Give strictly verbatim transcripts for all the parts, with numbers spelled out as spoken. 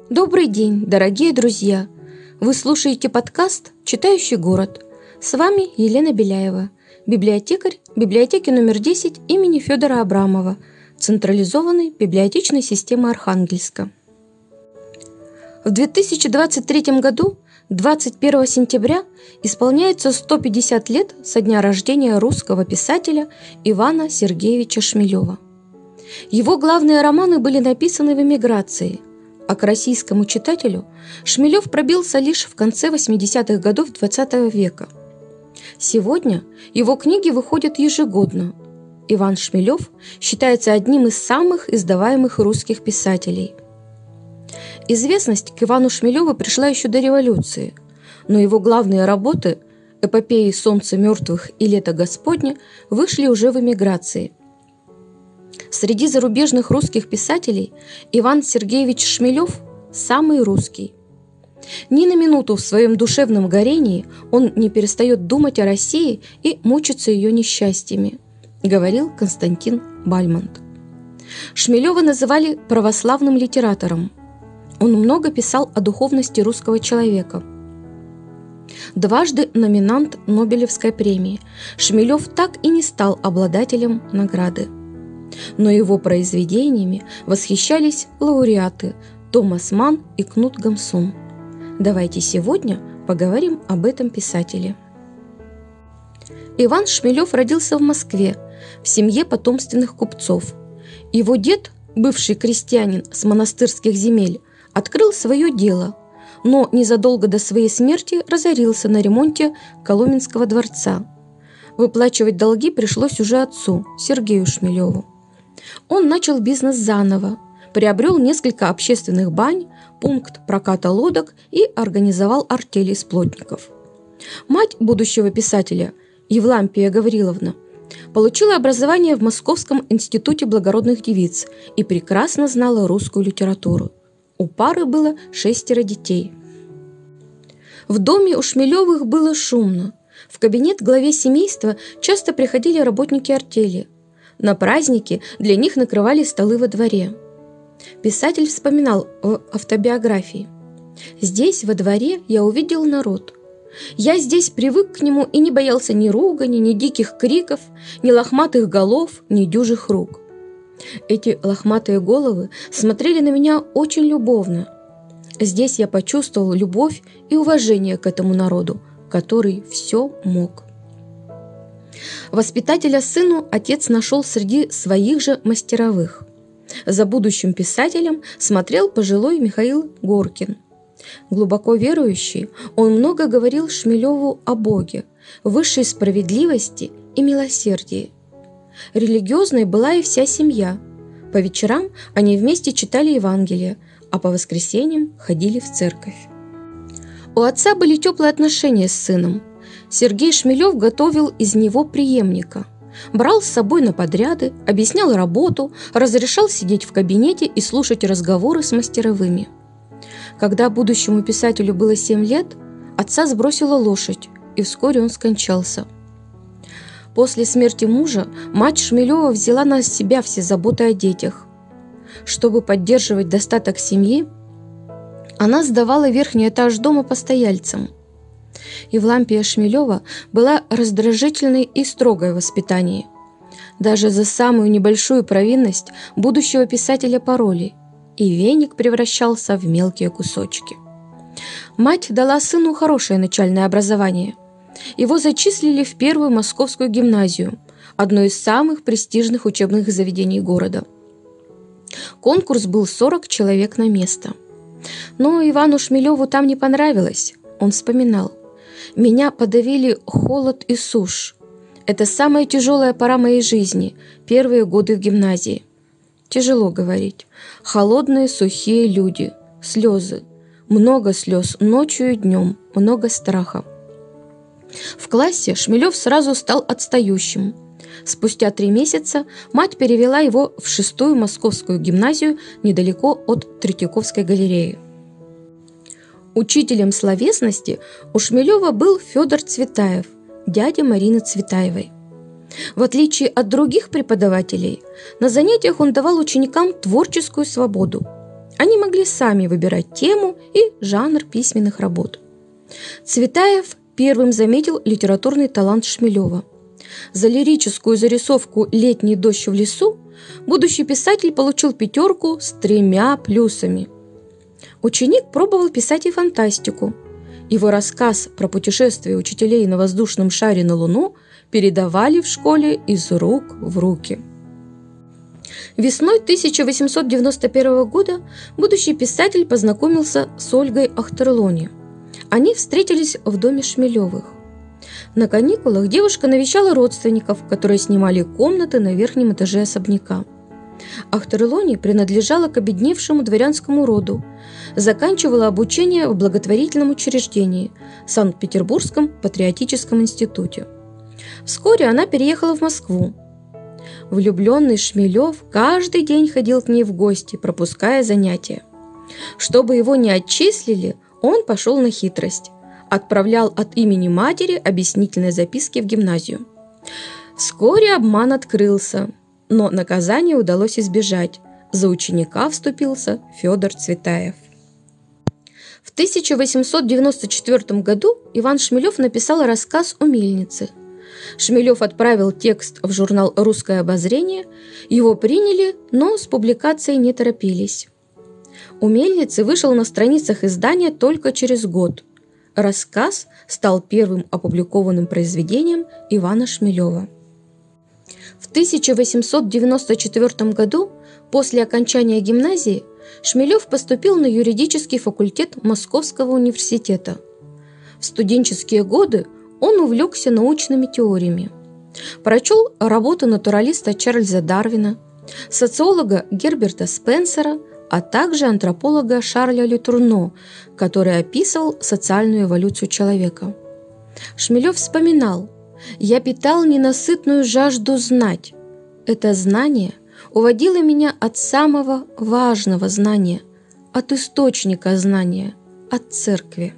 Добрый день, дорогие друзья! Вы слушаете подкаст «Читающий город». С вами Елена Беляева, библиотекарь библиотеки номер десять имени Федора Абрамова, централизованной библиотечной системы Архангельска. В две тысячи двадцать третьем году, двадцать первого сентября, исполняется сто пятьдесят лет со дня рождения русского писателя Ивана Сергеевича Шмелева. Его главные романы были написаны в эмиграции, а к российскому читателю Шмелев пробился лишь в конце восьмидесятых годов двадцатого века. Сегодня его книги выходят ежегодно. Иван Шмелев считается одним из самых издаваемых русских писателей. Известность к Ивану Шмелеву пришла еще до революции, но его главные работы «Эпопеи солнца мертвых» и «Лето Господне» вышли уже в эмиграции. Среди зарубежных русских писателей Иван Сергеевич Шмелев самый русский. Ни на минуту в своем душевном горении он не перестает думать о России и мучиться ее несчастьями, говорил Константин Бальмонт. Шмелева называли православным литератором. Он много писал о духовности русского человека. Дважды номинант Нобелевской премии, Шмелев так и не стал обладателем награды. Но его произведениями восхищались лауреаты Томас Манн и Кнут Гамсун. Давайте сегодня поговорим об этом писателе. Иван Шмелев родился в Москве в семье потомственных купцов. Его дед, бывший крестьянин с монастырских земель, открыл свое дело, но незадолго до своей смерти разорился на ремонте Коломенского дворца. Выплачивать долги пришлось уже отцу, Сергею Шмелеву. Он начал бизнес заново, приобрел несколько общественных бань, пункт проката лодок и организовал артель из плотников. Мать будущего писателя, Евлампия Гавриловна, получила образование в Московском институте благородных девиц и прекрасно знала русскую литературу. У пары было шестеро детей. В доме у Шмелевых было шумно. В кабинет главе семейства часто приходили работники артели. На праздники для них накрывали столы во дворе. Писатель вспоминал в автобиографии: «Здесь, во дворе, я увидел народ. Я здесь привык к нему и не боялся ни ругани, ни диких криков, ни лохматых голов, ни дюжих рук. Эти лохматые головы смотрели на меня очень любовно. Здесь я почувствовал любовь и уважение к этому народу, который все мог». Воспитателя сыну отец нашел среди своих же мастеровых. За будущим писателем смотрел пожилой Михаил Горкин. Глубоко верующий, он много говорил Шмелеву о Боге, высшей справедливости и милосердии. Религиозной была и вся семья. По вечерам они вместе читали Евангелие, а по воскресеньям ходили в церковь. У отца были теплые отношения с сыном. Сергей Шмелев готовил из него преемника. Брал с собой на подряды, объяснял работу, разрешал сидеть в кабинете и слушать разговоры с мастеровыми. Когда будущему писателю было семь лет, отца сбросила лошадь, и вскоре он скончался. После смерти мужа мать Шмелева взяла на себя все заботы о детях. Чтобы поддерживать достаток семьи, она сдавала верхний этаж дома постояльцам. Евлампия Шмелева была раздражительной и строгой в воспитании. Даже за самую небольшую провинность будущего писателя пороли, и веник превращался в мелкие кусочки. Мать дала сыну хорошее начальное образование. Его зачислили в первую московскую гимназию, одно из самых престижных учебных заведений города. Конкурс был сорок человек на место. Но Ивану Шмелеву там не понравилось. Он вспоминал: «Меня подавили холод и сушь. Это самая тяжелая пора моей жизни, первые годы в гимназии. Тяжело говорить. Холодные, сухие люди, слезы. Много слез ночью и днем, много страха». В классе Шмелев сразу стал отстающим. Спустя три месяца мать перевела его в шестую московскую гимназию недалеко от Третьяковской галереи. Учителем словесности у Шмелева был Федор Цветаев, дядя Марины Цветаевой. В отличие от других преподавателей, на занятиях он давал ученикам творческую свободу. они могли сами выбирать тему и жанр письменных работ. Цветаев первым заметил литературный талант Шмелева. За лирическую зарисовку «Летний дождь в лесу» будущий писатель получил пятерку с тремя плюсами. Ученик пробовал писать и фантастику. Его рассказ про путешествие учителей на воздушном шаре на Луну передавали в школе из рук в руки. Весной тысяча восемьсот девяносто первого года будущий писатель познакомился с Ольгой Ахтерлони. Они встретились в доме Шмелевых. На каникулах девушка навещала родственников, которые снимали комнаты на верхнем этаже особняка. Ахтерлони принадлежала к обедневшему дворянскому роду, заканчивала обучение в благотворительном учреждении – Санкт-Петербургском патриотическом институте. Вскоре она переехала в Москву. Влюбленный Шмелев каждый день ходил к ней в гости, пропуская занятия. Чтобы его не отчислили, он пошел на хитрость. Отправлял от имени матери объяснительные записки в гимназию. Вскоре обман открылся, но наказание удалось избежать. За ученика вступился Федор Цветаев. В тысяча восемьсот девяносто четвёртом году Иван Шмелев написал рассказ о мельнице. Шмелев отправил текст в журнал «Русское обозрение», его приняли, но с публикацией не торопились. У мельницы вышел на страницах издания только через год. Рассказ стал первым опубликованным произведением Ивана Шмелева. В тысяча восемьсот девяносто четвёртом году, после окончания гимназии, Шмелев поступил на юридический факультет Московского университета. В студенческие годы он увлекся научными теориями. Прочел работы натуралиста Чарльза Дарвина, социолога Герберта Спенсера, а также антрополога Шарля Летурно, который описывал социальную эволюцию человека. Шмелев вспоминал: «Я питал ненасытную жажду знать. Это знание уводило меня от самого важного знания, от источника знания, от церкви».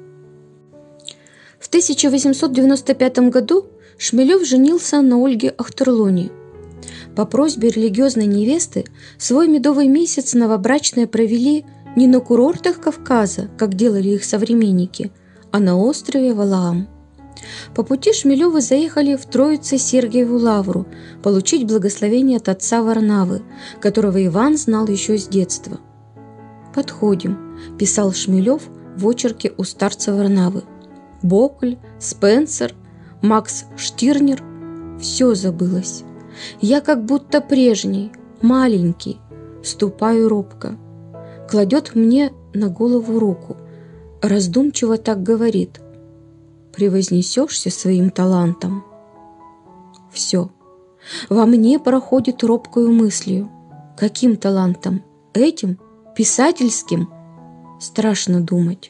В тысяча восемьсот девяносто пятом году Шмелев женился на Ольге Ахтерлони. По просьбе религиозной невесты свой медовый месяц новобрачные провели не на курортах Кавказа, как делали их современники, а на острове Валаам. По пути Шмелевы заехали в Троице-Сергиеву лавру получить благословение от отца Варнавы, которого Иван знал еще с детства. «Подходим», – писал Шмелев в очерке у старца Варнавы. Бокль, Спенсер, Макс Штирнер – все забылось. Я как будто прежний, маленький, ступаю робко. Кладет мне на голову руку, раздумчиво так говорит: превознесешься своим талантом. Все. Во мне проходит робкою мыслью: каким талантом? Этим? Писательским? Страшно думать.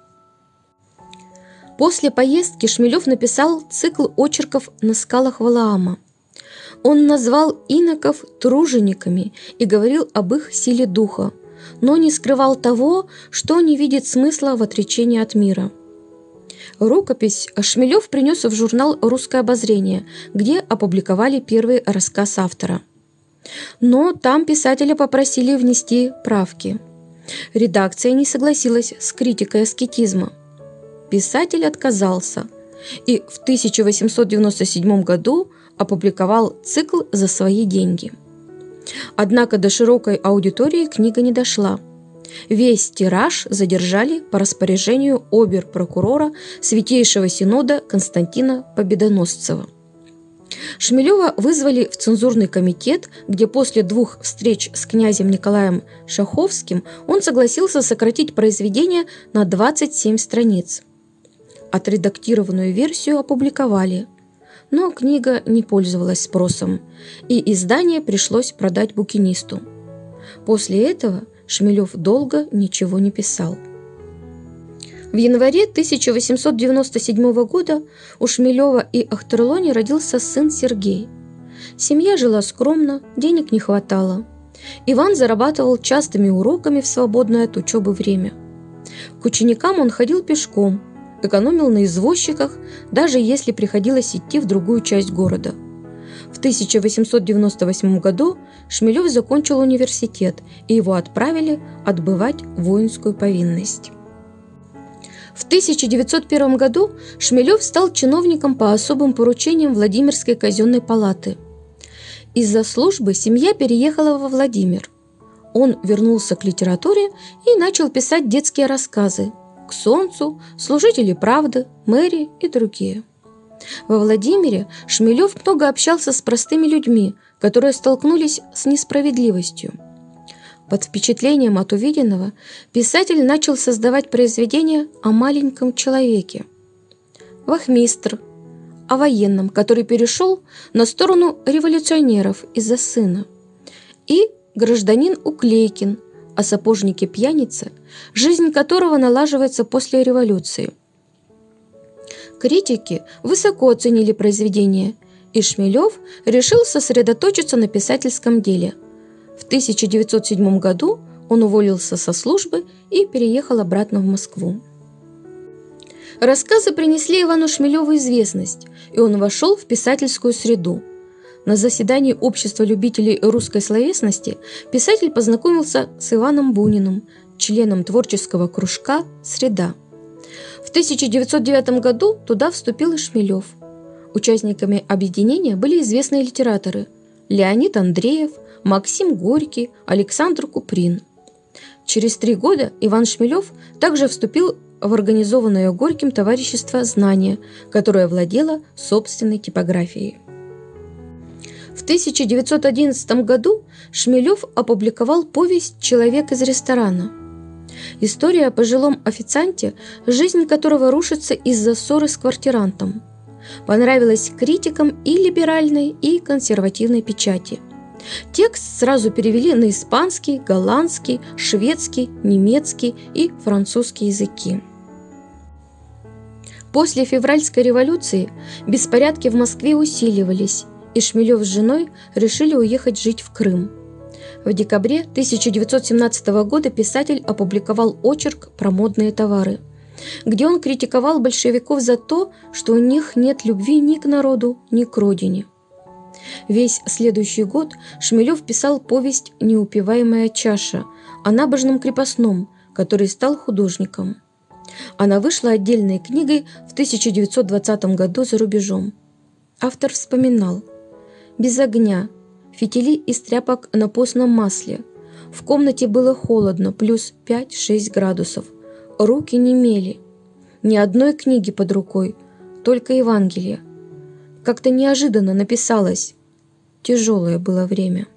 После поездки Шмелев написал цикл очерков на скалах Валаама. Он назвал иноков тружениками и говорил об их силе духа, но не скрывал того, что не видит смысла в отречении от мира. Рукопись Шмелев принес в журнал «Русское обозрение», где опубликовали первый рассказ автора. Но там писателя попросили внести правки. Редакция не согласилась с критикой аскетизма. Писатель отказался и в тысяча восемьсот девяносто седьмом году опубликовал цикл за свои деньги. Однако до широкой аудитории книга не дошла. Весь тираж задержали по распоряжению обер-прокурора Святейшего Синода Константина Победоносцева. Шмелева вызвали в цензурный комитет, где после двух встреч с князем Николаем Шаховским он согласился сократить произведение на двадцать семь страниц. Отредактированную версию опубликовали, но книга не пользовалась спросом, и издание пришлось продать букинисту. После этого Шмелев долго ничего не писал. В январе тысяча восемьсот девяносто седьмого года у Шмелева и Ахтерлони родился сын Сергей. Семья жила скромно, денег не хватало. Иван зарабатывал частыми уроками в свободное от учебы время. К ученикам он ходил пешком, экономил на извозчиках, даже если приходилось идти в другую часть города. В тысяча восемьсот девяносто восьмом году Шмелев закончил университет, и его отправили отбывать воинскую повинность. В тысяча девятьсот первом году Шмелев стал чиновником по особым поручениям Владимирской казенной палаты. Из-за службы семья переехала во Владимир. Он вернулся к литературе и начал писать детские рассказы «К солнцу», «Служители правды», «Мэри» и другие. Во Владимире Шмелев много общался с простыми людьми, которые столкнулись с несправедливостью. Под впечатлением от увиденного писатель начал создавать произведения о маленьком человеке. «Вахмистр» о военном, который перешел на сторону революционеров из-за сына, и «Гражданин Уклейкин» о сапожнике-пьянице, жизнь которого налаживается после революции. Критики высоко оценили произведение, и Шмелев решил сосредоточиться на писательском деле. В тысяча девятьсот седьмом году он уволился со службы и переехал обратно в Москву. Рассказы принесли Ивану Шмелеву известность, и он вошел в писательскую среду. На заседании Общества любителей русской словесности писатель познакомился с Иваном Буниным, членом творческого кружка «Среда». В тысяча девятьсот девятом году туда вступил и Шмелев. Участниками объединения были известные литераторы Леонид Андреев, Максим Горький, Александр Куприн. Через три года Иван Шмелев также вступил в организованное Горьким товарищество «Знание», которое владело собственной типографией. В тысяча девятьсот одиннадцатом году Шмелев опубликовал повесть «Человек из ресторана». История о пожилом официанте, жизнь которого рушится из-за ссоры с квартирантом. Понравилась критикам и либеральной, и консервативной печати. Текст сразу перевели на испанский, голландский, шведский, немецкий и французский языки. После февральской революции беспорядки в Москве усиливались, и Шмелев с женой решили уехать жить в Крым. В декабре тысяча девятьсот семнадцатого года писатель опубликовал очерк про модные товары, где он критиковал большевиков за то, что у них нет любви ни к народу, ни к родине. Весь следующий год Шмелев писал повесть «Неупиваемая чаша» о набожном крепостном, который стал художником. Она вышла отдельной книгой в тысяча девятьсот двадцатом году за рубежом. Автор вспоминал: «Без огня, фитили из тряпок на постном масле. В комнате было холодно, плюс пять-шесть градусов. Руки немели. Ни одной книги под рукой, только Евангелие. Как-то неожиданно написалось. Тяжелое было время».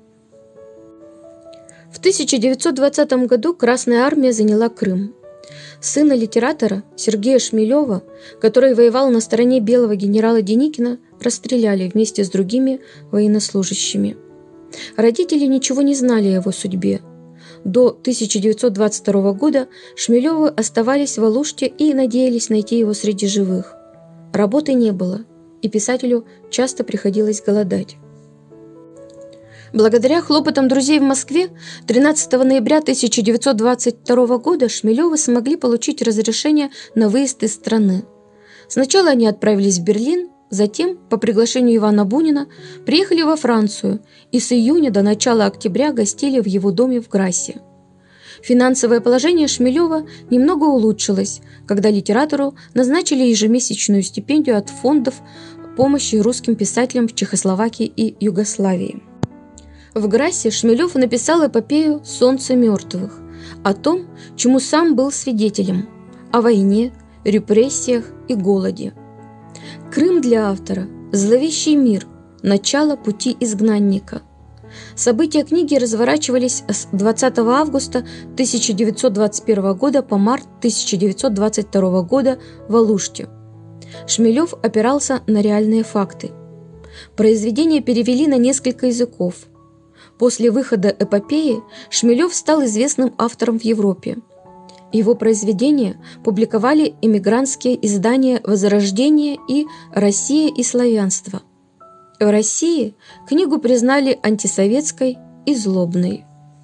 В тысяча девятьсот двадцатом году Красная армия заняла Крым. Сына литератора Сергея Шмелева, который воевал на стороне белого генерала Деникина, расстреляли вместе с другими военнослужащими. Родители ничего не знали о его судьбе. До тысяча девятьсот двадцать второго года Шмелевы оставались в Алуште и надеялись найти его среди живых. Работы не было, и писателю часто приходилось голодать. Благодаря хлопотам друзей в Москве тринадцатого ноября тысяча девятьсот двадцать второго года Шмелевы смогли получить разрешение на выезд из страны. Сначала они отправились в Берлин, затем, по приглашению Ивана Бунина, приехали во Францию и с июня до начала октября гостили в его доме в Грассе. Финансовое положение Шмелева немного улучшилось, когда литератору назначили ежемесячную стипендию от фондов помощи русским писателям в Чехословакии и Югославии. В Грассе Шмелев написал эпопею «Солнце мертвых» о том, чему сам был свидетелем – о войне, репрессиях и голоде. Крым для автора – зловещий мир, начало пути изгнанника. События книги разворачивались с двадцатого августа тысяча девятьсот двадцать первого года по март тысяча девятьсот двадцать второго года в Алуште. Шмелев опирался на реальные факты. Произведение перевели на несколько языков. После выхода эпопеи Шмелев стал известным автором в Европе. Его произведения публиковали эмигрантские издания «Возрождение» и «Россия и славянство». В России книгу признали антисоветской и злобной.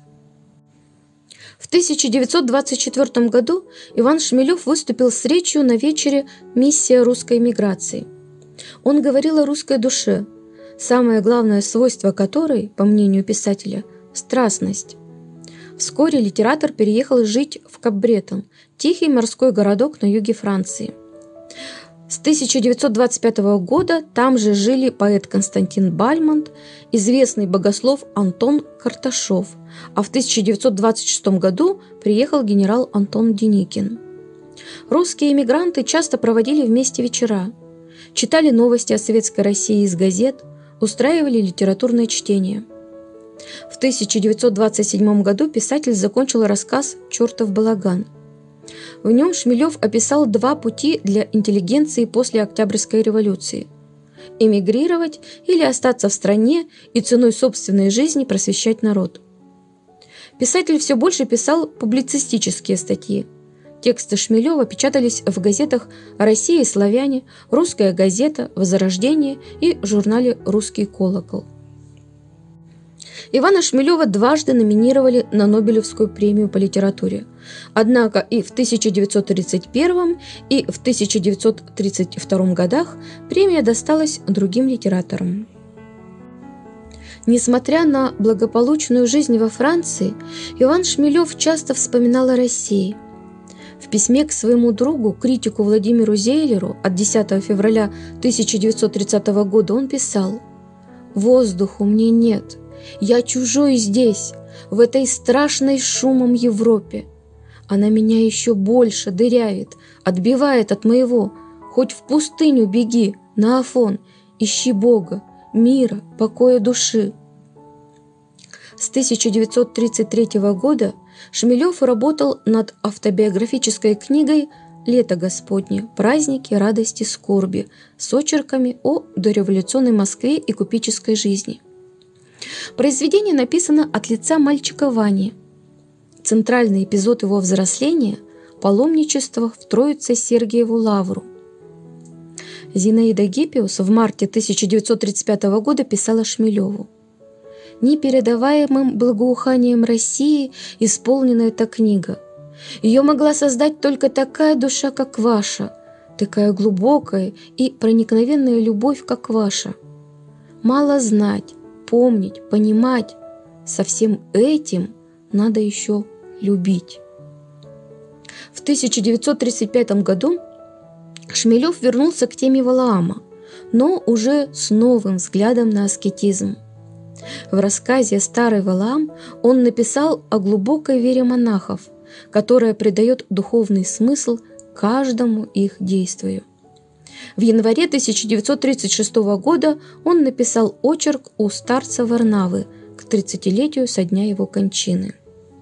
В тысяча девятьсот двадцать четвёртом году Иван Шмелев выступил с речью на вечере «Миссия русской эмиграции». Он говорил о русской душе, самое главное свойство которой, по мнению писателя, – страстность. Вскоре литератор переехал жить в Кап-Бретон, тихий морской городок на юге Франции. С тысяча девятьсот двадцать пятого года там же жили поэт Константин Бальмонт, известный богослов Антон Карташов, а в тысяча девятьсот двадцать шестом году приехал генерал Антон Деникин. Русские эмигранты часто проводили вместе вечера, читали новости о советской России из газет, устраивали литературное чтение. В тысяча девятьсот двадцать седьмом году писатель закончил рассказ «Чертов балаган». В нем Шмелев описал два пути для интеллигенции после Октябрьской революции – эмигрировать или остаться в стране и ценой собственной жизни просвещать народ. Писатель все больше писал публицистические статьи. Тексты Шмелева печатались в газетах «Россия и славяне», «Русская газета», «Возрождение» и журнале «Русский колокол». Ивана Шмелева дважды номинировали на Нобелевскую премию по литературе. Однако и в тысяча девятьсот тридцать первом, и в тысяча девятьсот тридцать втором годах премия досталась другим литераторам. Несмотря на благополучную жизнь во Франции, Иван Шмелев часто вспоминал о России. В письме к своему другу, критику Владимиру Зейлеру от десятого февраля тысяча девятьсот тридцатого года он писал: «Воздуху мне нет. Я чужой здесь, в этой страшной шумом Европе. Она меня еще больше дырявит, отбивает от моего. Хоть в пустыню беги, на Афон, ищи Бога, мира, покоя души». С тысяча девятьсот тридцать третьего года Шмелев работал над автобиографической книгой «Лето Господне. Праздники, радости, скорби» с очерками о дореволюционной Москве и купеческой жизни. Произведение написано от лица мальчика Вани. Центральный эпизод его взросления – паломничество в Троице-Сергиеву лавру. Зинаида Гиппиус в марте тысяча девятьсот тридцать пятого года писала Шмелеву: «Непередаваемым благоуханием России исполнена эта книга. Ее могла создать только такая душа, как ваша, такая глубокая и проникновенная любовь, как ваша. Мало знать, помнить, понимать. Со всем этим надо еще любить». В тысяча девятьсот тридцать пятом году Шмелев вернулся к теме Валаама, но уже с новым взглядом на аскетизм. В рассказе «Старый Валаам» он написал о глубокой вере монахов, которая придает духовный смысл каждому их действию. В январе тысяча девятьсот тридцать шестого года он написал очерк у старца Варнавы к тридцатилетию со дня его кончины.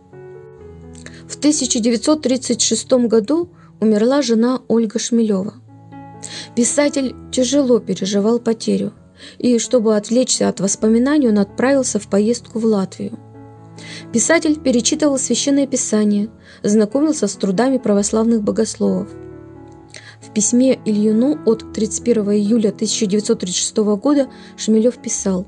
В тысяча девятьсот тридцать шестом году умерла жена Ольга Шмелева. Писатель тяжело переживал потерю, и, чтобы отвлечься от воспоминаний, он отправился в поездку в Латвию. Писатель перечитывал Священное Писание, знакомился с трудами православных богословов. В письме Ильину от тридцать первого июля тысяча девятьсот тридцать шестого года Шмелев писал: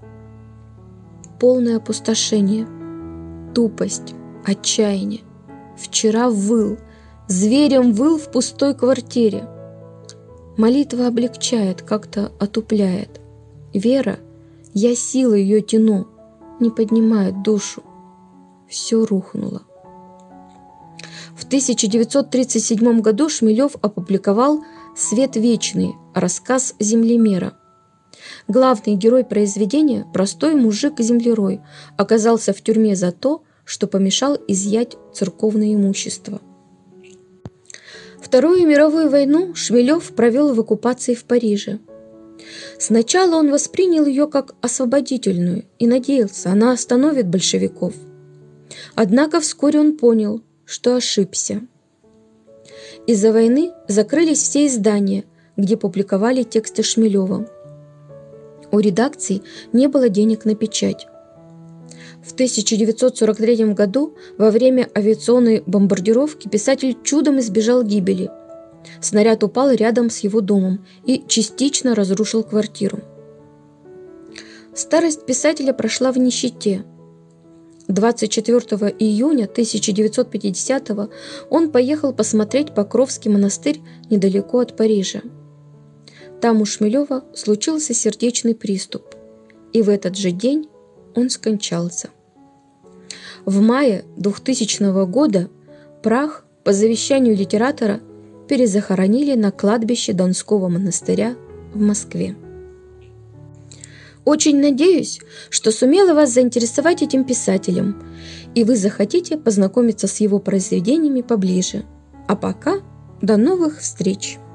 «Полное опустошение, тупость, отчаяние. Вчера выл, зверем выл в пустой квартире. Молитва облегчает, как-то отупляет. Вера, я силой ее тяну, не поднимает душу. Все рухнуло». В тысяча девятьсот тридцать седьмом году Шмелев опубликовал «Свет вечный», рассказ землемера. Главный герой произведения, простой мужик-землерой, оказался в тюрьме за то, что помешал изъять церковное имущество. Вторую мировую войну Шмелев провел в оккупации в Париже. Сначала он воспринял ее как освободительную и надеялся, она остановит большевиков. Однако вскоре он понял, что ошибся. Из-за войны закрылись все издания, где публиковали тексты Шмелева. У редакций не было денег на печать. В тысяча девятьсот сорок третьем году во время авиационной бомбардировки писатель чудом избежал гибели. Снаряд упал рядом с его домом и частично разрушил квартиру. Старость писателя прошла в нищете. двадцать четвёртого июня тысяча девятьсот пятидесятого он поехал посмотреть Покровский монастырь недалеко от Парижа. Там у Шмелева случился сердечный приступ. и в этот же день он скончался. В мае двухтысячного года прах по завещанию литератора перезахоронили на кладбище Донского монастыря в Москве. Очень надеюсь, что сумела вас заинтересовать этим писателем, и вы захотите познакомиться с его произведениями поближе. А пока до новых встреч!